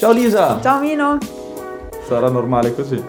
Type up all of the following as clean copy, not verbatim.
Ciao Lisa! Ciao Mino! Sarà normale così.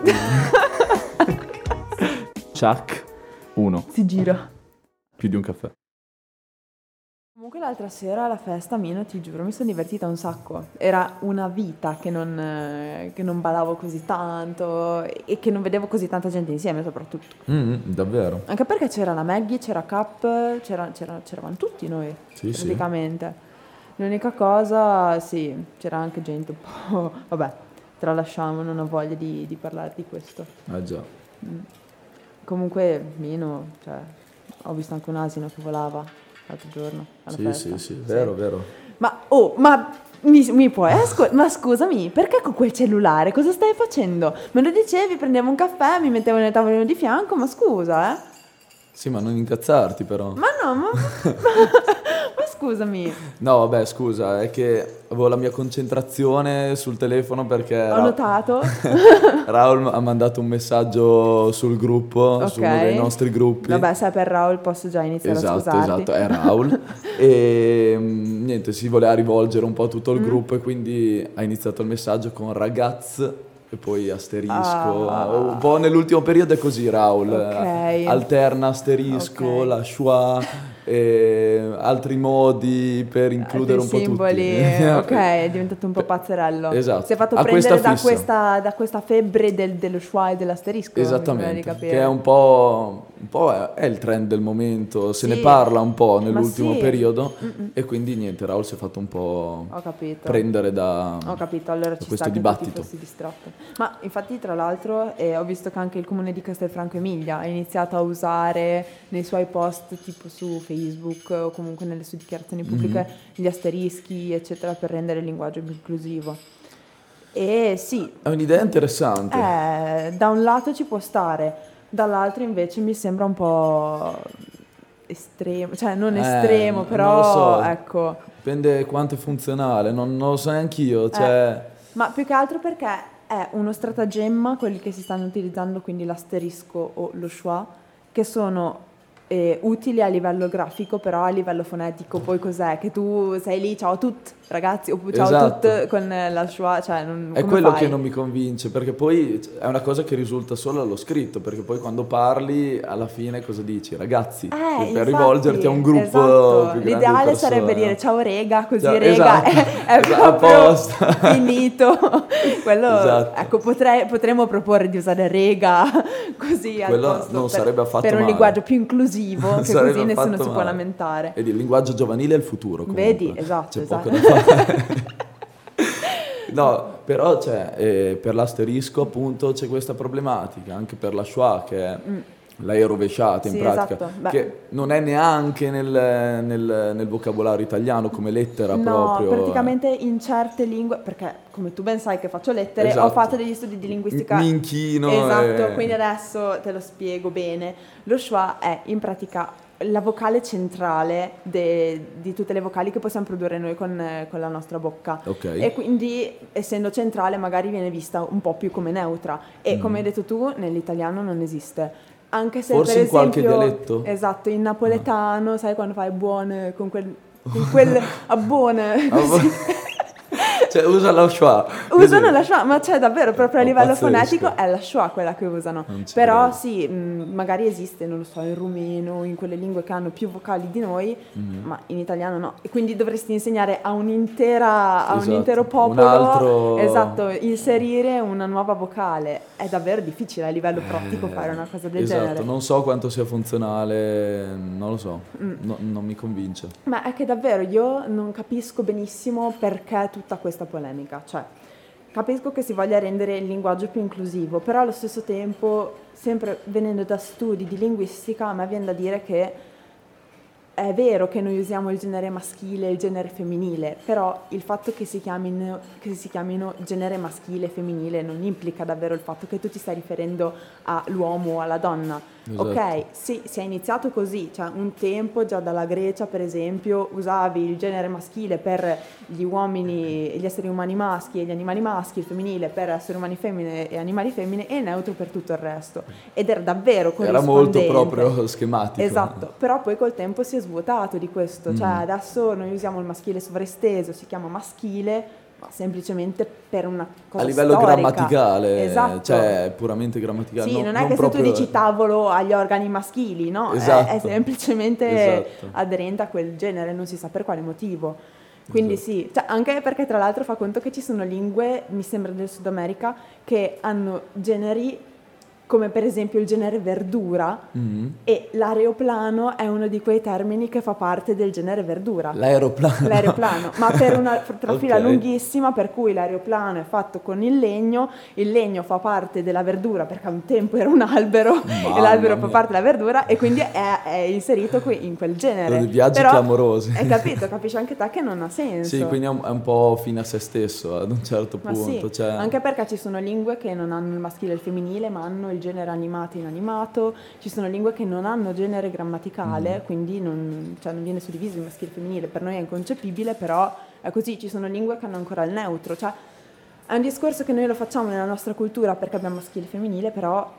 Chuck 1. Si gira. Più di un caffè. Comunque l'altra sera alla festa, Mino, ti giuro, mi sono divertita un sacco. Era una vita che non ballavo così tanto e che non vedevo così tanta gente insieme soprattutto. Davvero? Anche perché c'era la Maggie, c'era Cap, c'eravamo tutti noi, Sì, sì. praticamente. L'unica cosa, sì, c'era anche gente un po'... Vabbè, tralasciamo, non ho voglia di parlare di questo. Ah già. Comunque, Mino, cioè, ho visto anche un asino che volava l'altro giorno alla festa. Sì, vero. Ma mi puoi ma scusami, perché con quel cellulare cosa stai facendo? Me lo dicevi, prendevo un caffè, mi mettevo nel tavolino di fianco, ma scusa, eh? Sì, ma non incazzarti però. Ma no, ma scusami. No, vabbè, scusa, è che avevo la mia concentrazione sul telefono perché Ho notato. Raul ha mandato un messaggio sul gruppo, Ok. su uno dei nostri gruppi. Vabbè, se è per Raul posso già iniziare a scusarti. Esatto, è Raul. E niente, si voleva rivolgere un po' a tutto il gruppo e quindi ha iniziato il messaggio con ragazz e poi asterisco. Un po' nell'ultimo periodo è così Raul, Ok. alterna asterisco, Ok. la schwa, altri modi per includere un po' simboli. tutti. Ok, è diventato un po' pazzerello. Esatto. Si è fatto Ha prendere questa da questa febbre dello schwa e dell'asterisco. mi sembra di Esattamente, capire. che è un po' è il trend del momento, se Sì, ne parla un po' ma nell'ultimo sì. periodo e quindi niente, Raul si è fatto un po' Ho capito. prendere da Ho capito, allora da ci questo sta che tu dibattito. ti fossi distratto. Ma infatti, tra l'altro, ho visto che anche il comune di Castelfranco Emilia ha iniziato a usare nei suoi post, tipo su Facebook o comunque nelle sue dichiarazioni pubbliche, gli asterischi, eccetera, per rendere il linguaggio più inclusivo. E sì, È un'idea interessante. da un lato ci può stare, dall'altro invece mi sembra un po' estremo, cioè non estremo, Non però lo so. ecco. Dipende quanto è funzionale, non lo so neanch'io, cioè Ma più che altro perché è uno stratagemma, quelli che si stanno utilizzando, quindi l'asterisco o lo schwa, che sono utili a livello grafico, però a livello fonetico poi cos'è? Che tu sei lì, ciao tut, ragazzi, oppure ciao Esatto. tut con la schwa, cioè non, è come quello fai? che non mi convince, perché poi è una cosa che risulta solo allo scritto, perché poi quando parli alla fine cosa dici? Ragazzi, per Infatti, rivolgerti a un gruppo esatto. più grande di L'ideale persone. sarebbe dire ciao rega, così Ciao, rega esatto. è A proprio posto. finito. Quello, Esatto. ecco, potremmo proporre di usare rega così al Quello posto non sarebbe affatto per un male. linguaggio più inclusivo, Non che sarebbe così nessuno affatto si può male. lamentare. Vedi, il linguaggio giovanile è il futuro comunque. Vedi, esatto, C'è esatto. poco da fare. No, però per l'asterisco appunto c'è questa problematica, anche per la schwa che è l'hai rovesciata in Sì, pratica, esatto. Beh. che non è neanche nel vocabolario italiano come lettera No, proprio. praticamente in certe lingue, perché come tu ben sai che faccio lettere, Esatto. ho fatto degli studi di linguistica. Minchino. Esatto, quindi adesso te lo spiego bene. Lo schwa è in pratica la vocale centrale di tutte le vocali che possiamo produrre noi con la nostra bocca. Ok. E quindi, essendo centrale, magari viene vista un po' più come neutra. E come hai detto tu, nell'italiano non esiste. Anche se Forse per in qualche esempio, dialetto? esatto, in napoletano, sai quando fai buone con quel abbone. Cioè usa la schwa. Usano la schwa, ma c'è davvero proprio a Oh, livello pazzesco. fonetico è la schwa quella che usano. Non ci Però credo. sì, magari esiste, non lo so, in rumeno, in quelle lingue che hanno più vocali di noi, ma in italiano no. E quindi dovresti insegnare a un Esatto. intero popolo, Un altro- esatto, inserire una nuova vocale. È davvero difficile a livello pratico fare una cosa del Esatto, genere. non so quanto sia funzionale, non lo so, non mi convince. Ma è che davvero io non capisco benissimo perché tutta questa polemica. Cioè, capisco che si voglia rendere il linguaggio più inclusivo, però allo stesso tempo, sempre venendo da studi di linguistica, a me viene da dire che è vero che noi usiamo il genere maschile e il genere femminile, però il fatto che si chiamino genere maschile e femminile non implica davvero il fatto che tu ti stai riferendo all'uomo o alla donna. Esatto. Ok, sì, si è iniziato così, cioè un tempo già dalla Grecia per esempio usavi il genere maschile per gli uomini, gli esseri umani maschi e gli animali maschi, il femminile per esseri umani femmine e animali femmine e neutro per tutto il resto. Ed era davvero Era molto corrispondente. proprio schematico. Esatto, però poi col tempo si è svuotato di questo, cioè adesso noi usiamo il maschile sovraesteso, si chiama maschile, ma semplicemente per una cosa a livello storica. grammaticale, Esatto. cioè puramente grammaticale. Sì, non è che proprio... se tu dici tavolo agli organi maschili, no? Esatto. È semplicemente Esatto. aderente a quel genere, non si sa per quale motivo. Quindi Esatto. sì, cioè, anche perché tra l'altro fa conto che ci sono lingue, mi sembra del Sud America, che hanno generi come per esempio il genere verdura, e l'aeroplano è uno di quei termini che fa parte del genere verdura. L'aeroplano, ma per una trafila Ok. lunghissima, per cui l'aeroplano è fatto con il legno fa parte della verdura perché un tempo era un albero e l'albero fa mia. parte della verdura, e quindi è inserito qui in quel genere. Sono dei viaggi Però, clamorosi. hai capito, capisci anche te che non ha senso. Sì, quindi è un po' fine a se stesso ad un certo Ma punto. sì, Cioè... anche perché ci sono lingue che non hanno il maschile e il femminile, ma hanno il genere animato e inanimato. Ci sono lingue che non hanno genere grammaticale, quindi non viene suddiviso il maschile e il femminile. Per noi è inconcepibile, però è così. Ci sono lingue che hanno ancora il neutro. Cioè, è un discorso che noi lo facciamo nella nostra cultura perché abbiamo maschile e femminile, però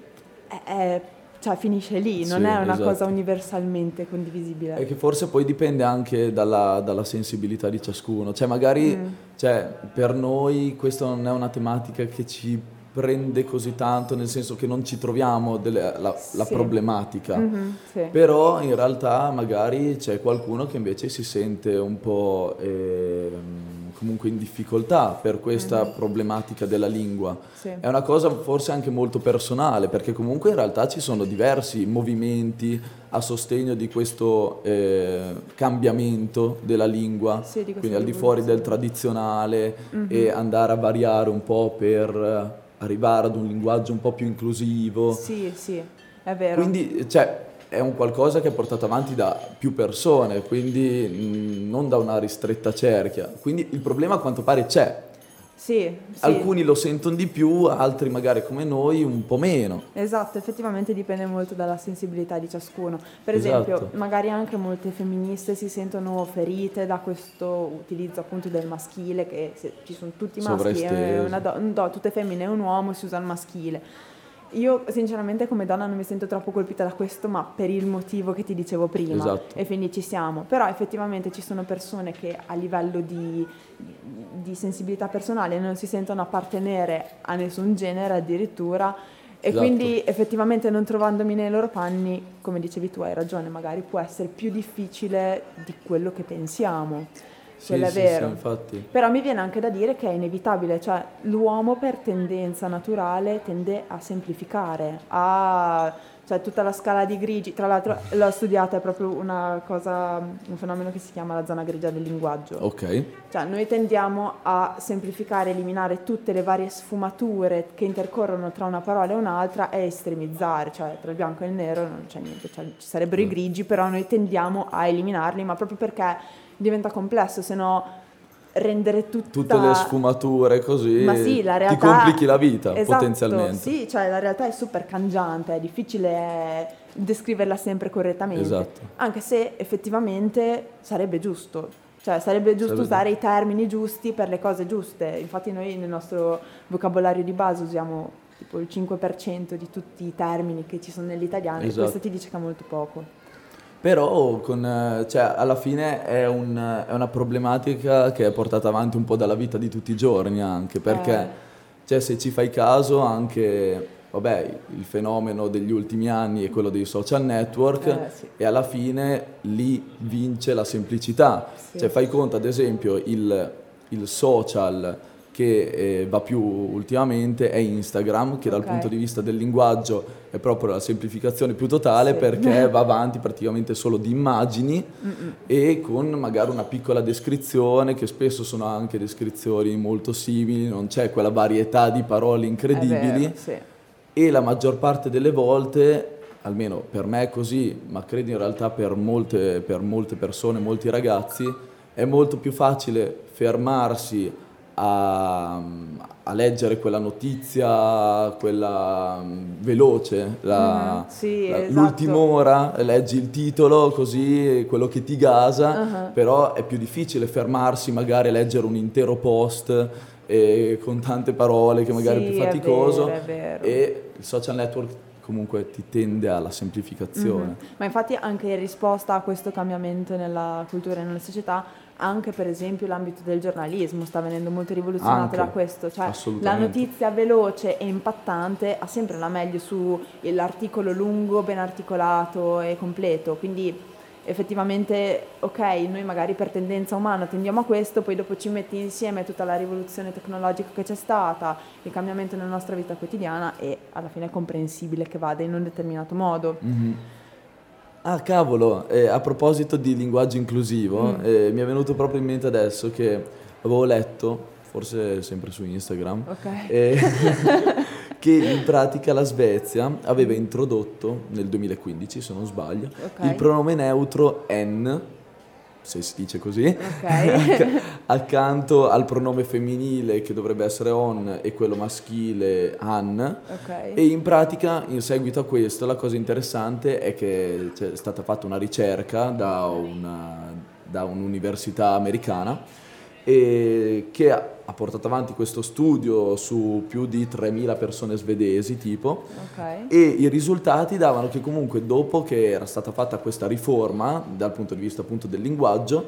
cioè, finisce lì, non Sì, è una esatto. cosa universalmente condivisibile. E che forse poi dipende anche dalla sensibilità di ciascuno. Cioè magari cioè, per noi questa non è una tematica che ci prende così tanto, nel senso che non ci troviamo la Sì. problematica. Sì. Però in realtà magari c'è qualcuno che invece si sente un po' comunque in difficoltà per questa problematica della lingua. Sì. È una cosa forse anche molto personale, perché comunque in realtà ci sono diversi movimenti a sostegno di questo cambiamento della lingua, Sì, di questa quindi al di fuori del rivoluzione. tradizionale, e andare a variare un po' per arrivare ad un linguaggio un po' più inclusivo. Sì, sì, è vero. Quindi cioè, è un qualcosa che è portato avanti da più persone, quindi non da una ristretta cerchia. Quindi il problema a quanto pare c'è. Sì, sì. Alcuni lo sentono di più, altri magari come noi un po' meno. Esatto, effettivamente dipende molto dalla sensibilità di ciascuno. Per Esatto. esempio, magari anche molte femministe si sentono ferite da questo utilizzo appunto del maschile, che ci sono tutti maschi e tutte femmine e un uomo, si usa il maschile. Io sinceramente come donna non mi sento troppo colpita da questo, ma per il motivo che ti dicevo prima. Esatto. E quindi ci siamo. Però effettivamente ci sono persone che a livello di sensibilità personale non si sentono appartenere a nessun genere addirittura, e Esatto. quindi effettivamente non trovandomi nei loro panni, come dicevi tu, hai ragione, magari può essere più difficile di quello che pensiamo. Quello è vero. Sì, infatti. Però mi viene anche da dire che è inevitabile, cioè l'uomo per tendenza naturale tende a semplificare, cioè tutta la scala di grigi, tra l'altro l'ho studiata, è proprio un fenomeno che si chiama la zona grigia del linguaggio. Ok. Cioè noi tendiamo a semplificare, eliminare tutte le varie sfumature che intercorrono tra una parola e un'altra e estremizzare, cioè tra il bianco e il nero non c'è niente, cioè ci sarebbero i grigi, però noi tendiamo a eliminarli, ma proprio perché diventa complesso, se no rendere Tutte le sfumature così, ma sì, la realtà... ti complichi la vita, esatto, potenzialmente. Sì, cioè la realtà è super cangiante, è difficile descriverla sempre correttamente. Esatto. Anche se effettivamente sarebbe giusto. Cioè sarebbe giusto usare i termini giusti per le cose giuste. Infatti noi nel nostro vocabolario di base usiamo tipo il 5% di tutti i termini che ci sono nell'italiano, Esatto. E questo ti dice che è molto poco. Però cioè, alla fine è una problematica che è portata avanti un po' dalla vita di tutti i giorni anche, perché cioè, se ci fai caso anche, vabbè, il fenomeno degli ultimi anni è quello dei social network, Sì. e alla fine lì vince la semplicità. Sì. Cioè fai conto ad esempio il social che va più ultimamente è Instagram, che dal punto di vista del linguaggio è proprio la semplificazione più totale, Sì. perché va avanti praticamente solo di immagini e con magari una piccola descrizione, che spesso sono anche descrizioni molto simili, non c'è quella varietà di parole incredibili. È vero, sì. E la maggior parte delle volte, almeno per me è così, ma credo in realtà per molte persone, molti ragazzi, è molto più facile fermarsi a leggere quella notizia, quella veloce, sì, esatto. l'ultima ora, leggi il titolo così, quello che ti gasa, però è più difficile fermarsi magari a leggere un intero post con tante parole che magari è più faticoso, è vero. E il social network comunque ti tende alla semplificazione. Ma infatti anche in risposta a questo cambiamento nella cultura e nella società, anche per esempio l'ambito del giornalismo sta venendo molto rivoluzionato da questo, cioè la assolutamente. notizia veloce e impattante ha sempre la meglio su l'articolo lungo, ben articolato e completo, quindi effettivamente ok, noi magari per tendenza umana tendiamo a questo, poi dopo ci metti insieme tutta la rivoluzione tecnologica che c'è stata, il cambiamento nella nostra vita quotidiana e alla fine è comprensibile che vada in un determinato modo. Ah, cavolo, a proposito di linguaggio inclusivo, mi è venuto proprio in mente adesso che avevo letto, forse sempre su Instagram, che in pratica la Svezia aveva introdotto nel 2015, se non sbaglio, il pronome neutro n, se si dice così, accanto al pronome femminile che dovrebbe essere on e quello maschile an. E in pratica, in seguito a questo, la cosa interessante è che c'è stata fatta una ricerca da un'università americana che ha portato avanti questo studio su più di 3.000 persone svedesi tipo, e i risultati davano che comunque dopo che era stata fatta questa riforma dal punto di vista appunto del linguaggio,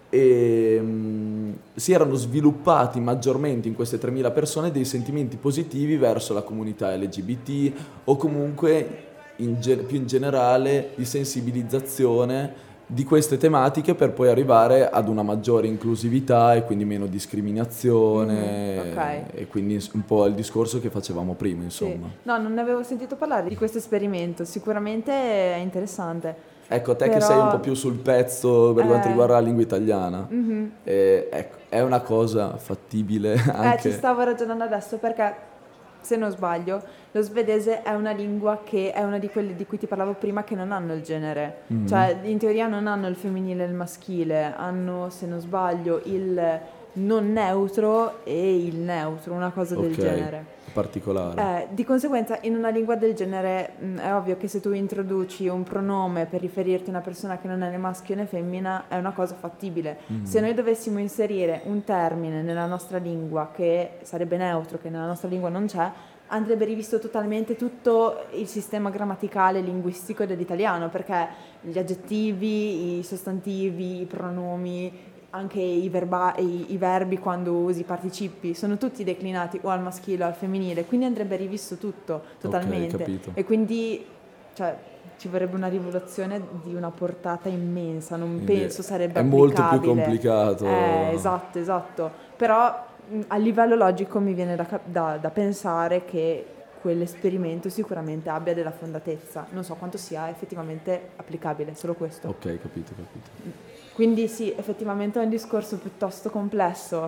si erano sviluppati maggiormente in queste 3.000 persone dei sentimenti positivi verso la comunità LGBT o comunque più in generale di sensibilizzazione di queste tematiche per poi arrivare ad una maggiore inclusività e quindi meno discriminazione e quindi un po' il discorso che facevamo prima, insomma. Sì. No, non ne avevo sentito parlare di questo esperimento, sicuramente è interessante. Ecco, te che sei un po' più sul pezzo per quanto riguarda la lingua italiana, ecco, è una cosa fattibile anche... Ci stavo ragionando adesso perché, se non sbaglio, lo svedese è una lingua che è una di quelle di cui ti parlavo prima che non hanno il genere, cioè in teoria non hanno il femminile e il maschile, hanno, se non sbaglio, il non neutro e il neutro, una cosa del genere. Particolare. Di conseguenza in una lingua del genere è ovvio che se tu introduci un pronome per riferirti a una persona che non è né maschio né femmina è una cosa fattibile. Se noi dovessimo inserire un termine nella nostra lingua che sarebbe neutro, che nella nostra lingua non c'è, andrebbe rivisto totalmente tutto il sistema grammaticale e linguistico dell'italiano, perché gli aggettivi, i sostantivi, i pronomi, anche i verbi quando usi i participi sono tutti declinati o al maschile o al femminile, quindi andrebbe rivisto tutto totalmente. Capito. E quindi ci vorrebbe una rivoluzione di una portata immensa, non penso sarebbe applicabile. È molto più complicato. Esatto, però a livello logico mi viene da pensare che quell'esperimento sicuramente abbia della fondatezza, non so quanto sia effettivamente applicabile, solo questo. Ok, capito. Quindi sì, effettivamente è un discorso piuttosto complesso,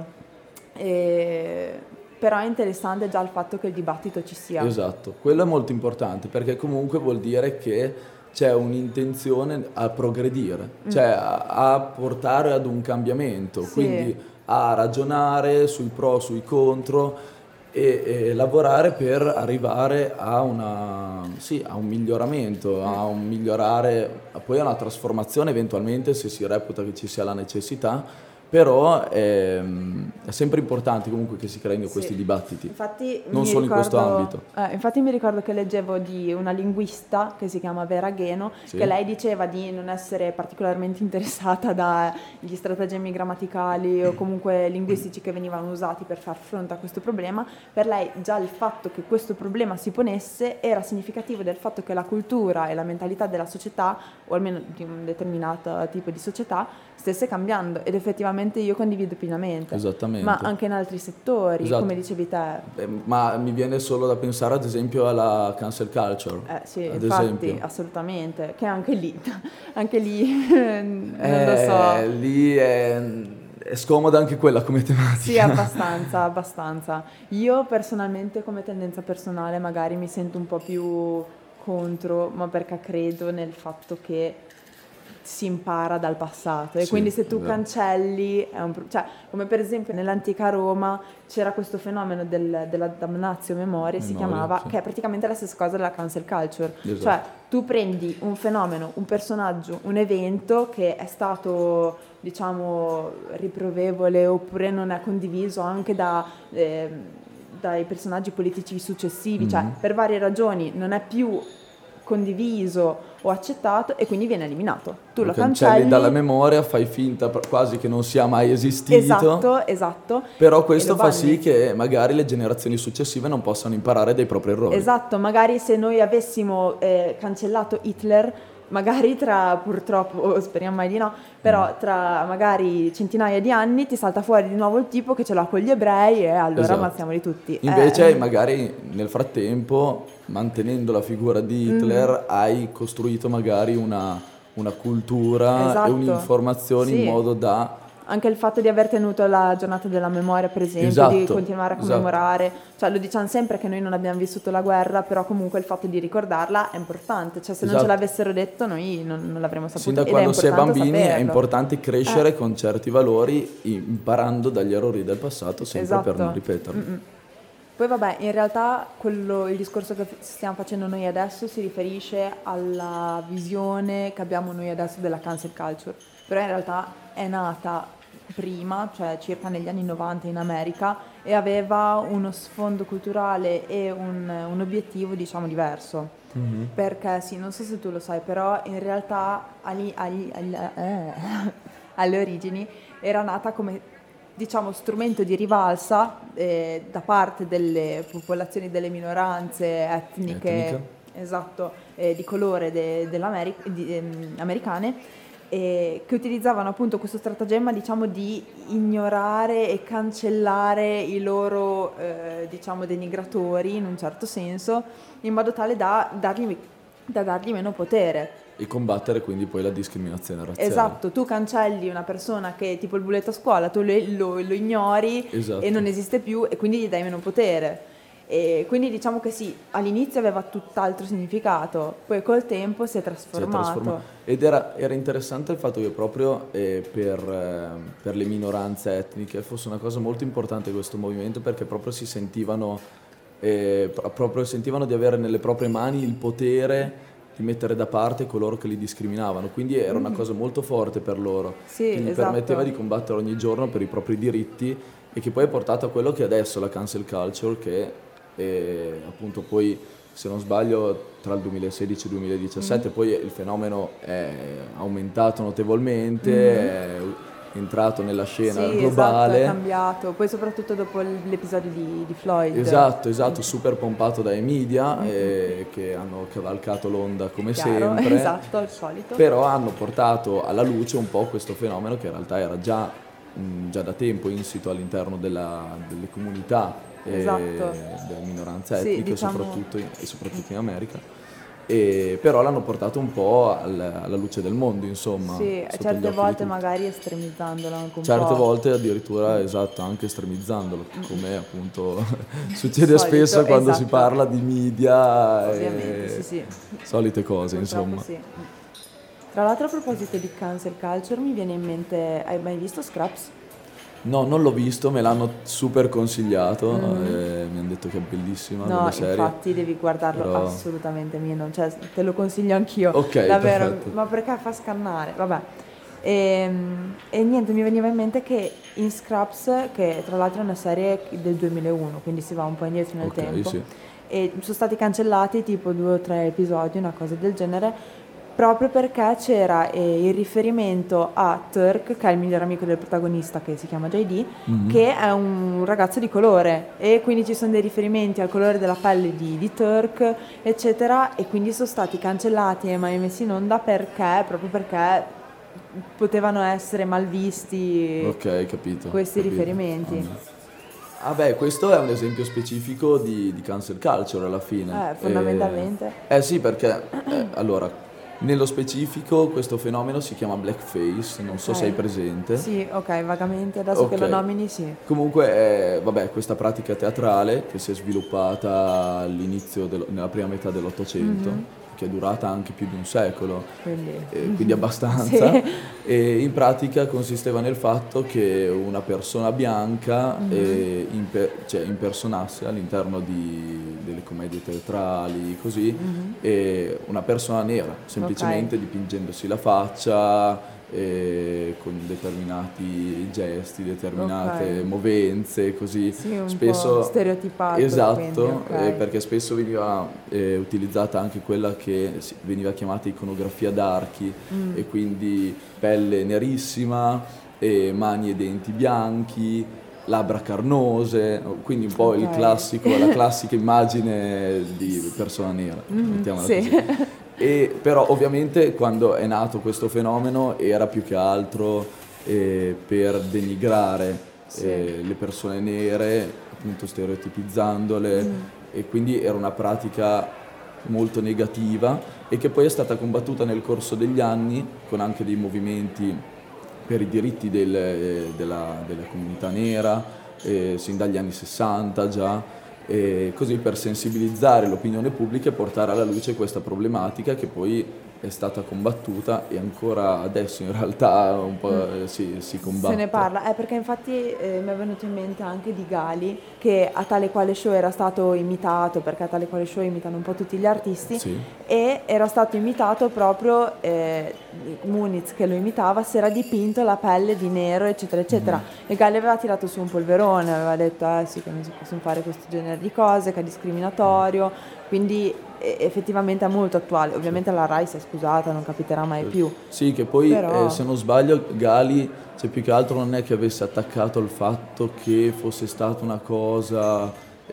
però è interessante già il fatto che il dibattito ci sia. Esatto, quello è molto importante perché comunque vuol dire che c'è un'intenzione a progredire, cioè a portare ad un cambiamento, quindi a ragionare sui pro, sui contro e lavorare per arrivare a un miglioramento, a un migliorare, poi a una trasformazione eventualmente se si reputa che ci sia la necessità, però è sempre importante comunque che si creino questi dibattiti, infatti, non solo in questo ambito. Infatti mi ricordo che leggevo di una linguista che si chiama Vera Gheno, che lei diceva di non essere particolarmente interessata dagli stratagemmi grammaticali o comunque linguistici che venivano usati per far fronte a questo problema. Per lei già il fatto che questo problema si ponesse era significativo del fatto che la cultura e la mentalità della società, o almeno di un determinato tipo di società, stesse cambiando, ed effettivamente io condivido pienamente. Esattamente. Ma anche in altri settori, come dicevi te. Ma mi viene solo da pensare ad esempio alla cancel culture. Sì, ad infatti, esempio. Assolutamente, che anche lì non lo so. Lì è scomoda anche quella come tematica. Sì, abbastanza. Io personalmente, come tendenza personale, magari mi sento un po' più contro, ma perché credo nel fatto che si impara dal passato e quindi se tu cancelli cioè, come per esempio nell'antica Roma c'era questo fenomeno della damnatio memoriae, si chiamava, che è praticamente la stessa cosa della cancel culture. Cioè tu prendi un fenomeno, un personaggio, un evento che è stato, diciamo, riprovevole oppure non è condiviso anche dai personaggi politici successivi, cioè per varie ragioni non è più condiviso o accettato e quindi viene eliminato. Tu lo lo cancelli dalla memoria, fai finta quasi che non sia mai esistito. Esatto. Però questo fa sì che magari le generazioni successive non possano imparare dai propri errori. Esatto, magari se noi avessimo cancellato Hitler, magari purtroppo, speriamo mai di no, però tra magari centinaia di anni ti salta fuori di nuovo il tipo che ce l'ha con gli ebrei e allora ammazziamoli tutti. Invece magari nel frattempo, mantenendo la figura di Hitler, hai costruito magari una cultura e un'informazione in modo da... Anche il fatto di aver tenuto la giornata della memoria, per esempio, di continuare a commemorare, cioè lo diciamo sempre che noi non abbiamo vissuto la guerra, però comunque il fatto di ricordarla è importante, cioè se non ce l'avessero detto noi non l'avremmo saputo. Sin da quando si è bambini è importante crescere con certi valori, imparando dagli errori del passato sempre per non ripeterli. Poi vabbè, in realtà il discorso che stiamo facendo noi adesso si riferisce alla visione che abbiamo noi adesso della cancel culture, però in realtà è nata prima, cioè circa negli anni 90 in America, e aveva uno sfondo culturale e un obiettivo diciamo diverso. Perché sì, non so se tu lo sai, però in realtà alle origini era nata come diciamo strumento di rivalsa da parte delle popolazioni, delle minoranze etniche. Esatto, di colore americane, che utilizzavano appunto questo stratagemma diciamo di ignorare e cancellare i loro diciamo denigratori in un certo senso, in modo tale da dargli meno potere. E combattere quindi poi la discriminazione razziale. Esatto, tu cancelli una persona che tipo il bulletto a scuola, tu lo ignori e non esiste più e quindi gli dai meno potere. E quindi diciamo che sì, all'inizio aveva tutt'altro significato, poi col tempo si è trasformato. Ed era interessante il fatto che proprio per le minoranze etniche fosse una cosa molto importante questo movimento, perché proprio sentivano di avere nelle proprie mani il potere di mettere da parte coloro che li discriminavano, quindi era una cosa molto forte per loro, che gli permetteva di combattere ogni giorno per i propri diritti, e che poi ha portato a quello che è adesso la cancel culture, che appunto poi, se non sbaglio, tra il 2016 e il 2017 poi il fenomeno è aumentato notevolmente, è entrato nella scena globale. Esatto, è cambiato, poi soprattutto dopo l'episodio di Floyd. Esatto, super pompato dai media, che hanno cavalcato l'onda come sempre. Esatto, al solito. Però hanno portato alla luce un po' questo fenomeno che in realtà era già da tempo insito all'interno delle comunità delle minoranze etniche, diciamo... soprattutto in America, però l'hanno portato un po' alla luce del mondo, insomma. Sì, certe volte magari estremizzandolo anche un po'. Certe volte addirittura, anche estremizzandolo, come appunto succede spesso quando si parla di media e solite cose, purtroppo insomma. Sì. Tra l'altro, a proposito di cancel culture, mi viene in mente, hai mai visto Scraps? No, non l'ho visto, me l'hanno super consigliato, mi hanno detto che è bellissima come serie. No, infatti devi guardarlo assolutamente, cioè te lo consiglio anch'io, ok, davvero, perfetto. Ma perché fa scannare, vabbè. E niente, mi veniva in mente che in Scraps, che tra l'altro è una serie del 2001, quindi si va un po' indietro nel tempo, sì. E sono stati cancellati tipo 2 o 3 episodi, una cosa del genere, proprio perché c'era il riferimento a Turk, che è il migliore amico del protagonista, che si chiama JD, che è un ragazzo di colore, e quindi ci sono dei riferimenti al colore della pelle di Turk, eccetera, e quindi sono stati cancellati e mai messi in onda proprio perché potevano essere mal visti questi riferimenti. Questo è un esempio specifico di cancel culture alla fine. Fondamentalmente. Sì, perché allora, nello specifico questo fenomeno si chiama blackface, non so se hai presente. Sì, ok, vagamente, adesso che lo nomini sì. Comunque questa pratica teatrale che si è sviluppata nella prima metà dell'Ottocento, che è durata anche più di un secolo, quindi abbastanza, sì. E in pratica consisteva nel fatto che una persona bianca impersonasse all'interno delle commedie teatrali, così, e una persona nera, semplicemente dipingendosi la faccia, con determinati gesti, determinate movenze, così Sì, un spesso po' stereotipato. esatto, Quindi, ok. perché spesso veniva utilizzata anche quella che veniva chiamata iconografia d'archi, e quindi pelle nerissima, mani e denti bianchi, labbra carnose, quindi un po' il Ok. classico, la classica immagine di persona nera, mettiamola Sì. così. E però ovviamente quando è nato questo fenomeno era più che altro per denigrare le persone nere, appunto stereotipizzandole, e quindi era una pratica molto negativa e che poi è stata combattuta nel corso degli anni con anche dei movimenti per i diritti della comunità nera, sin dagli anni 60 già, così per sensibilizzare l'opinione pubblica e portare alla luce questa problematica che poi è stata combattuta e ancora adesso in realtà un po' si combatte. Se ne parla, perché infatti mi è venuto in mente anche di Gali, che a tale quale show era stato imitato, perché a tale quale show imitano un po' tutti gli artisti, Sì. e era stato imitato proprio Muniz, che lo imitava, si era dipinto la pelle di nero, eccetera, eccetera. E Gali aveva tirato su un polverone, aveva detto sì, che non si possono fare questo genere di cose, che è discriminatorio, quindi effettivamente è molto attuale. Ovviamente la Rai si è scusata, non capiterà mai più. Sì, che poi Però- se non sbaglio Gali, cioè più che altro non è che avesse attaccato il fatto che fosse stata una cosa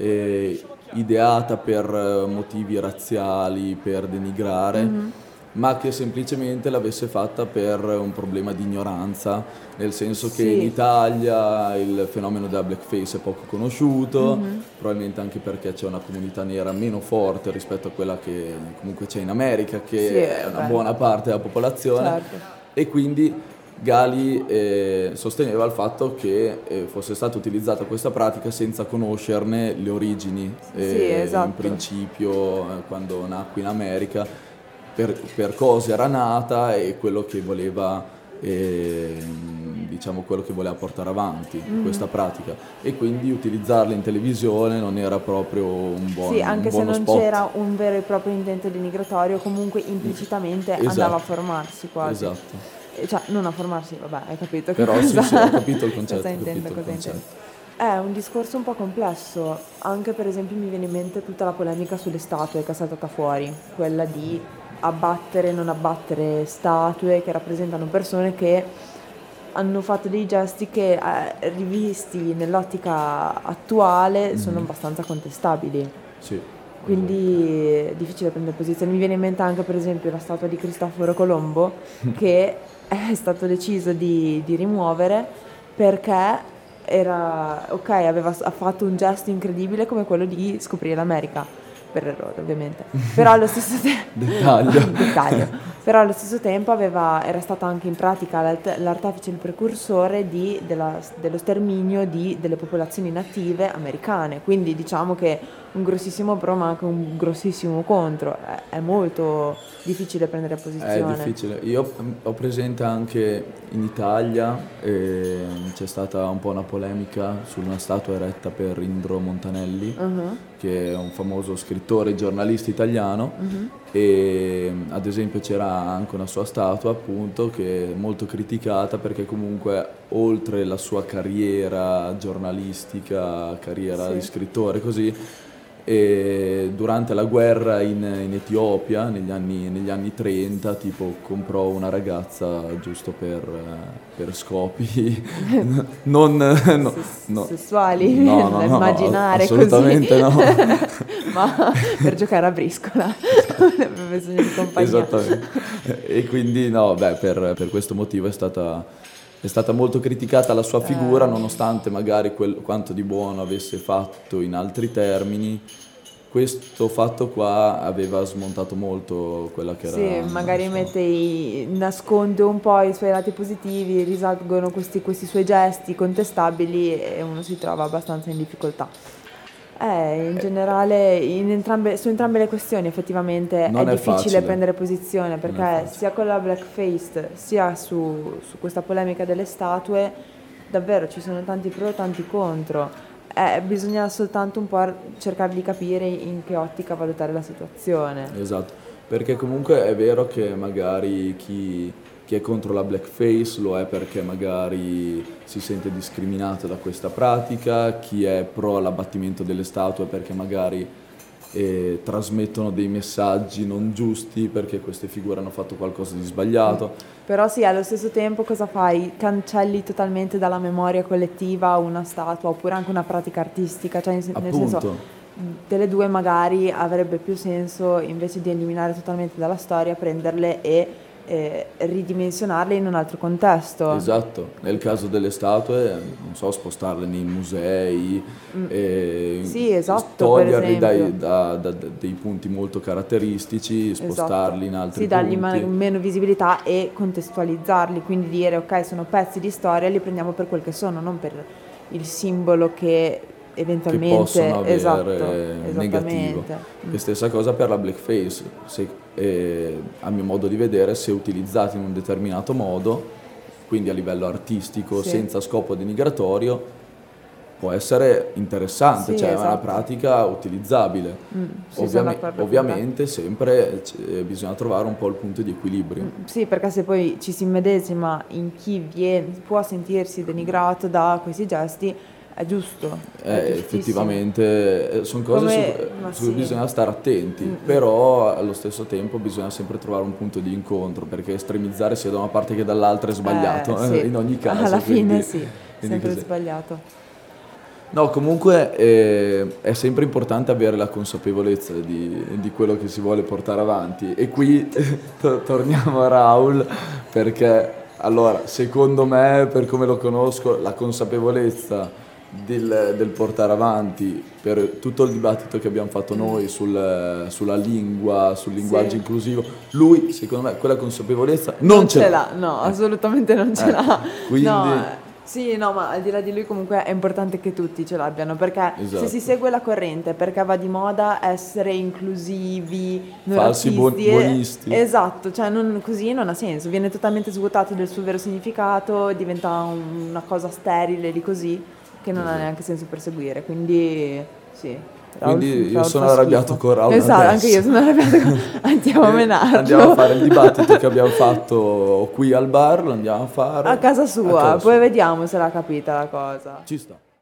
ideata per motivi razziali, per denigrare, ma che semplicemente l'avesse fatta per un problema di ignoranza, nel senso che Sì. in Italia il fenomeno della blackface è poco conosciuto, probabilmente anche perché c'è una comunità nera meno forte rispetto a quella che comunque c'è in America, che Sì, è una buona parte della popolazione, Certo. e quindi Gali sosteneva il fatto che fosse stata utilizzata questa pratica senza conoscerne le origini, Sì, esatto. in principio quando nacque in America, per cosa era nata e quello che voleva, diciamo quello che voleva portare avanti questa pratica, e quindi utilizzarla in televisione non era proprio un buon, Sì, anche un se buono non spot. c'era un vero e proprio intento denigratorio, comunque implicitamente Esatto. andava a formarsi quasi. Esatto. Cioè, non a formarsi, vabbè, hai capito che Però sì, cosa, sì, ho capito il concetto, cosa ho intendo, capito il cosa intendo. concetto. È un discorso un po' complesso, anche per esempio mi viene in mente tutta la polemica sulle statue che è saltata fuori, quella di abbattere e non abbattere statue che rappresentano persone che hanno fatto dei gesti che rivisti nell'ottica attuale sono abbastanza contestabili. Sì. Quindi è difficile prendere posizione. Mi viene in mente anche per esempio la statua di Cristoforo Colombo che è stato deciso di rimuovere perché era ok, ha fatto un gesto incredibile come quello di scoprire l'America, per errore ovviamente, però allo stesso tempo Dettaglio. però allo stesso tempo era stato anche in pratica l'artefice, il precursore dello sterminio delle popolazioni native americane, quindi diciamo che un grossissimo pro ma anche un grossissimo contro, è molto difficile prendere È posizione. difficile. Io ho presente anche in Italia, c'è stata un po' una polemica su una statua eretta per Indro Montanelli, che è un famoso scrittore e giornalista italiano, e ad esempio c'era anche una sua statua appunto che è molto criticata perché comunque oltre la sua carriera giornalistica, carriera Sì. di scrittore così, e durante la guerra in Etiopia negli anni 30 tipo comprò una ragazza giusto per scopi non no, Sessuali, no, da no, immaginare assolutamente così. no. Ma per giocare a briscola aveva bisogno di compagnia. Esattamente. E quindi no, beh, per questo motivo è stata molto criticata la sua figura, nonostante magari quanto di buono avesse fatto in altri termini. Questo fatto qua aveva smontato molto quella che era Sì, magari la sua- nasconde un po' i suoi lati positivi, risalgono questi suoi gesti contestabili e uno si trova abbastanza in difficoltà. In generale, su entrambe le questioni effettivamente Non è è difficile facile. prendere posizione Non è perché facile. sia con la blackface sia su questa polemica delle statue davvero ci sono tanti pro e tanti contro. Bisogna soltanto un po' cercare di capire in che ottica valutare la situazione. Esatto, perché comunque è vero che magari chi chi è contro la blackface lo è perché magari si sente discriminato da questa pratica, chi è pro all'abbattimento delle statue perché magari trasmettono dei messaggi non giusti perché queste figure hanno fatto qualcosa di sbagliato. Però sì, allo stesso tempo cosa fai? Cancelli totalmente dalla memoria collettiva una statua oppure anche una pratica artistica, cioè nel senso delle due magari avrebbe più senso invece di eliminare totalmente dalla storia prenderle e ridimensionarle in un altro contesto. Esatto, nel caso delle statue, non so, spostarle nei musei, sì, esatto, toglierli per esempio. dei punti molto caratteristici, spostarli in altri sì, dargli punti. meno visibilità e contestualizzarli, quindi dire ok, sono pezzi di storia, li prendiamo per quel che sono, non per il simbolo che eventualmente possono avere esattamente. negativo. E stessa cosa per la blackface, a mio modo di vedere, se utilizzati in un determinato modo, quindi a livello artistico, Sì. senza scopo denigratorio, può essere interessante, Sì, cioè è esatto. una pratica utilizzabile. Sì, sono d'accordo con Ovviamente sempre bisogna trovare un po' il punto di equilibrio. Sì, perché se poi ci si immedesima in chi può sentirsi denigrato da questi gesti, è giusto. È giustissimo. Effettivamente sono cose su cui sì. bisogna stare attenti, però allo stesso tempo bisogna sempre trovare un punto di incontro, perché estremizzare sia da una parte che dall'altra è sbagliato, sì. in ogni caso. Alla fine sì, quindi sempre così. sbagliato. No, comunque è sempre importante avere la consapevolezza di quello che si vuole portare avanti, e qui torniamo a Raul, perché allora, secondo me, per come lo conosco, la consapevolezza del portare avanti per tutto il dibattito che abbiamo fatto noi sulla lingua, sul linguaggio inclusivo, lui, secondo me, quella consapevolezza non ce l'ha. No, assolutamente non ce l'ha. Quindi... Sì, no, ma al di là di lui comunque è importante che tutti ce l'abbiano, perché esatto. se si segue la corrente, perché va di moda essere inclusivi, non falsi buonisti. Esatto, cioè così non ha senso, viene totalmente svuotato del suo vero significato, diventa una cosa sterile di così, che non ha neanche senso perseguire, quindi sì. Quindi io sono arrabbiato con Raul. Esatto, anche io sono arrabbiato andiamo a menarlo. Andiamo a fare il dibattito che abbiamo fatto qui al bar, lo andiamo a fare a casa sua, poi vediamo se l'ha capita la cosa. Ci sta.